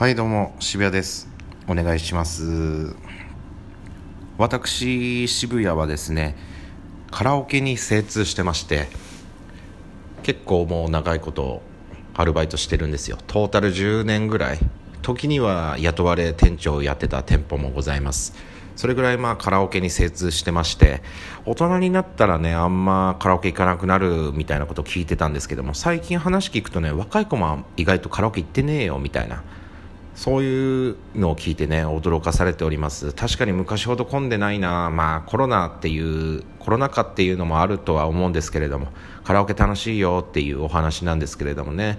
はいどうも渋谷です。お願いします。私渋谷はですね、カラオケに精通してまして、結構もう長いことアルバイトしてるんですよ。トータル10年ぐらい、時には雇われ店長をやってた店舗もございます。それぐらいカラオケに精通してまして、大人になったらねあんまカラオケ行かなくなるみたいなことを聞いてたんですけども、最近話聞くとね、若い子も意外とカラオケ行ってねえよみたいな、そういうのを聞いてね驚かされております。確かに昔ほど混んでないな。コロナ禍っていうのもあるとは思うんですけれども、カラオケ楽しいよっていうお話なんですけれどもね、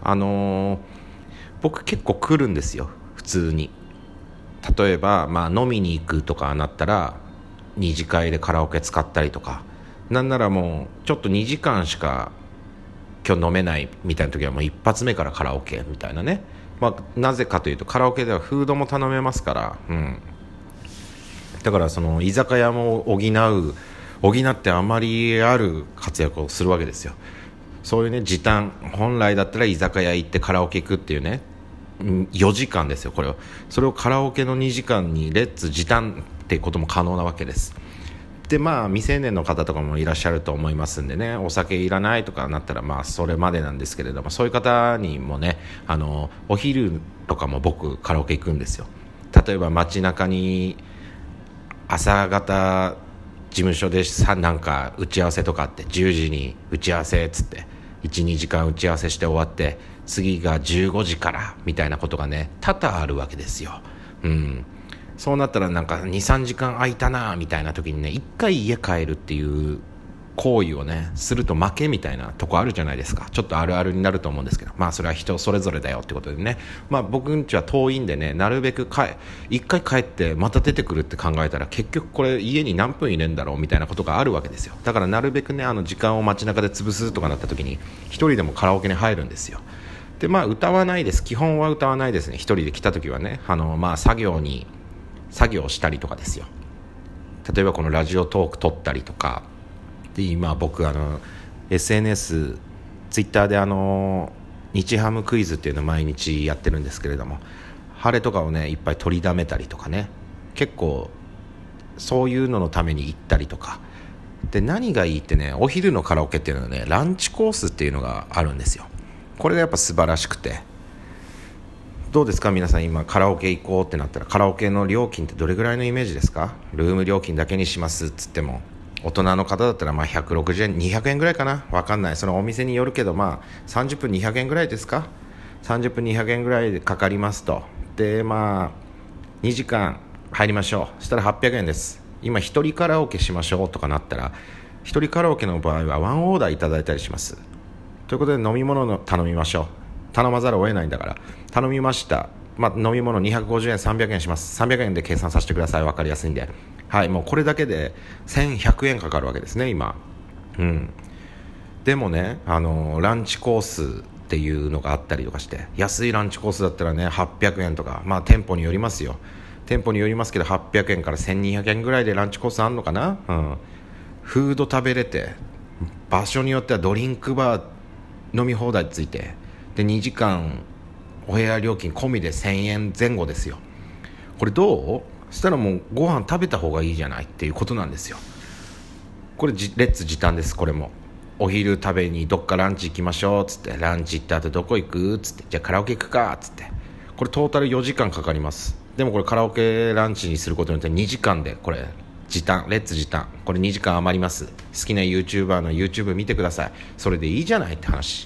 僕結構来るんですよ普通に。例えば飲みに行くとかなったら二次会でカラオケ使ったりとか、なんならもうちょっと2時間しか今日飲めないみたいな時はもう一発目からカラオケみたいなね。なぜかというとカラオケではフードも頼めますから、だからその居酒屋も補ってあまりある活躍をするわけですよ。そういうね時短、本来だったら居酒屋行ってカラオケ行くっていうね、4時間ですよ。それをカラオケの2時間にレッツ時短っていうことも可能なわけです。で未成年の方とかもいらっしゃると思いますんでね、お酒いらないとかなったらそれまでなんですけれども、そういう方にもねお昼とかも僕カラオケ行くんですよ。例えば街中に朝方事務所でなんか打ち合わせとかあって、10時に打ち合わせっつって 1,2 時間打ち合わせして終わって、次が15時からみたいなことがね多々あるわけですよ。そうなったらなんか 2,3 時間空いたなみたいな時にね、一回家帰るっていう行為をねすると負けみたいなとこあるじゃないですか。ちょっとあるあるになると思うんですけど、それは人それぞれだよってことでね、僕んちは遠いんでね、なるべく一回帰ってまた出てくるって考えたら結局これ家に何分入れんだろうみたいなことがあるわけですよ。だからなるべくね時間を街中で潰すとかなった時に一人でもカラオケに入るんですよ。で歌わないです。基本は歌わないですね。一人で来た時はね作業したりとかですよ。例えばこのラジオトーク撮ったりとかで、今僕SNS ツイッターで日ハムクイズっていうのを毎日やってるんですけれども、晴れとかをねいっぱい取りだめたりとかね、結構そういうののために行ったりとかで、何がいいってね、お昼のカラオケっていうのはねランチコースっていうのがあるんですよ。これがやっぱ素晴らしくて、どうですか皆さん、今カラオケ行こうってなったらカラオケの料金ってどれぐらいのイメージですか？ルーム料金だけにしますっつっても、大人の方だったら160円200円ぐらいかな、分かんない、そのお店によるけど30分200円ぐらいですか。30分200円ぐらいでかかりますと。で2時間入りましょう。そしたら800円です。今一人カラオケしましょうとかなったら、一人カラオケの場合はワンオーダーいただいたりします。ということで飲み物の頼みましょう。頼まざるを得ないんだから頼みました。飲み物250円300円します。300円で計算させてください。分かりやすいんで。もうこれだけで1100円かかるわけですね今。でもねランチコースっていうのがあったりとかして、安いランチコースだったらね800円とか、店舗によりますよ。店舗によりますけど800円から1200円ぐらいでランチコースあんのかな。フード食べれて、場所によってはドリンクバー飲み放題ついて、で2時間お部屋料金込みで1000円前後ですよ。これどうしたらもうご飯食べた方がいいじゃないっていうことなんですよ。これレッツ時短です。これもお昼食べにどっかランチ行きましょうっつって、ランチ行った後どこ行くっつって、じゃあカラオケ行くかっつって、これトータル4時間かかります。でもこれカラオケランチにすることによって2時間でこれ時短、レッツ時短、これ2時間余ります。好きな YouTuber の YouTube 見てください。それでいいじゃないって話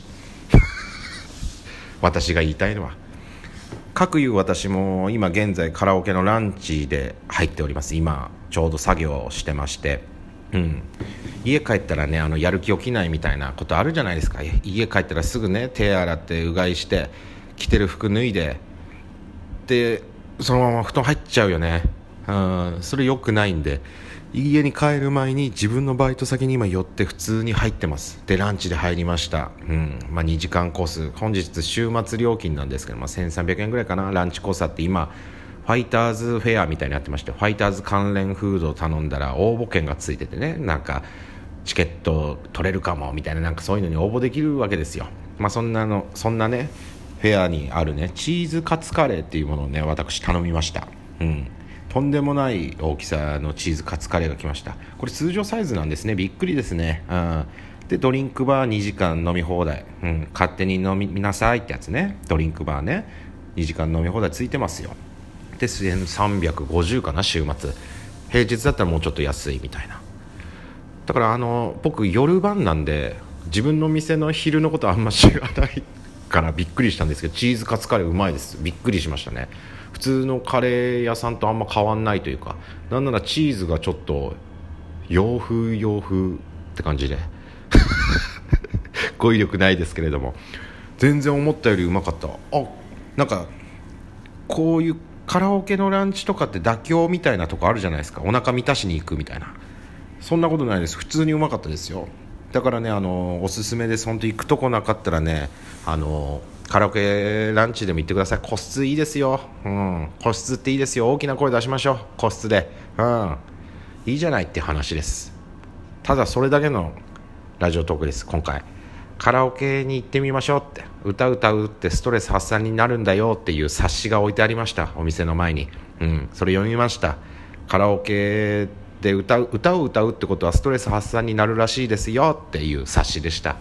私が言いたいのは、各いう私も今現在カラオケのランチで入っております。今ちょうど作業をしてまして、家帰ったらねやる気起きないみたいなことあるじゃないですか。家帰ったらすぐね手洗ってうがいして着てる服脱いで、でそのまま布団入っちゃうよね。それ良くないんで、家に帰る前に自分のバイト先に今寄って普通に入ってます。でランチで入りました。2時間コース、本日週末料金なんですけど、1300円ぐらいかな。ランチコースあって、今ファイターズフェアみたいになってまして、ファイターズ関連フードを頼んだら応募券がついててね、なんかチケット取れるかもみたいな、なんかそういうのに応募できるわけですよ。そんなねフェアにあるねチーズカツカレーっていうものをね私頼みました。とんでもない大きさのチーズカツカレーが来ました。これ通常サイズなんですね。びっくりですね。でドリンクバー2時間飲み放題、勝手に飲みなさいってやつね。ドリンクバーね2時間飲み放題ついてますよ。で1350かな、週末。平日だったらもうちょっと安いみたいな。だから僕夜晩なんで自分の店の昼のことあんま知らないからびっくりしたんですけど、チーズカツカレーうまいです。びっくりしましたね。普通のカレー屋さんとあんま変わんないというか、なんならチーズがちょっと洋風って感じで語彙力ないですけれども、全然思ったよりうまかった。なんかこういうカラオケのランチとかって妥協みたいなとこあるじゃないですか。お腹満たしに行くみたいな。そんなことないです。普通にうまかったですよ。だからねおすすめです。本当行くとこなかったらねカラオケランチでも行ってください。個室いいですよ。個室っていいですよ。大きな声出しましょう、個室で。いいじゃないって話です。ただそれだけのラジオトークです。今回カラオケに行ってみましょうって、歌うってストレス発散になるんだよっていう冊子が置いてありました、お店の前に。それ読みました。カラオケで歌を歌うってことはストレス発散になるらしいですよっていう冊子でした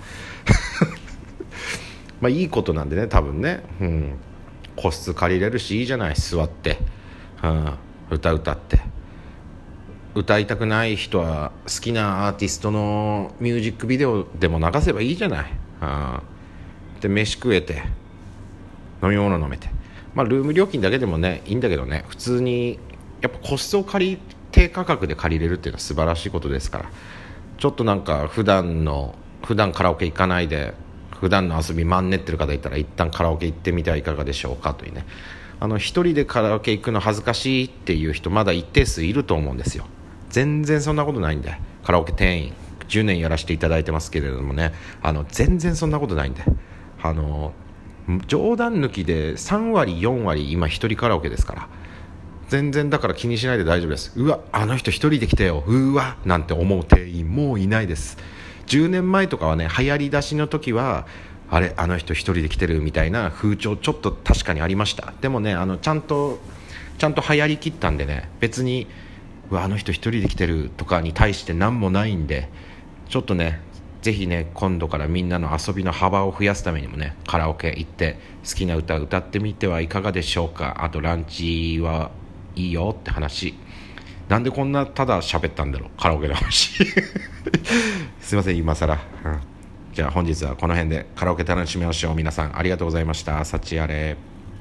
まあいいことなんでね、多分ね。個室借りれるしいいじゃない、座って、歌って歌いたくない人は好きなアーティストのミュージックビデオでも流せばいいじゃない。で飯食えて飲み物飲めて、ルーム料金だけでもねいいんだけどね、普通にやっぱ個室を低価格で借りれるっていうのは素晴らしいことですから、ちょっとなんか普段カラオケ行かないで普段の遊びマンネってる方いたら一旦カラオケ行ってみてはいかがでしょうかというね。一人でカラオケ行くの恥ずかしいっていう人まだ一定数いると思うんですよ。全然そんなことないんで、カラオケ店員10年やらせていただいてますけれどもね、全然そんなことないんで、冗談抜きで3割4割今一人カラオケですから、全然だから気にしないで大丈夫です。うわあの人一人で来てようわなんて思う店員もういないです。10年前とかはね、流行り出しの時はあの人一人で来てるみたいな風潮ちょっと確かにありました。でもねちゃんと流行りきったんでね、別にあの人一人で来てるとかに対して何もないんで、ちょっとねぜひね今度からみんなの遊びの幅を増やすためにもね、カラオケ行って好きな歌歌ってみてはいかがでしょうか。あとランチはいいよって話。なんでこんなただ喋ったんだろう、カラオケの話すいません今更、じゃあ本日はこの辺でカラオケ楽しみましょう。皆さんありがとうございました。幸あれ。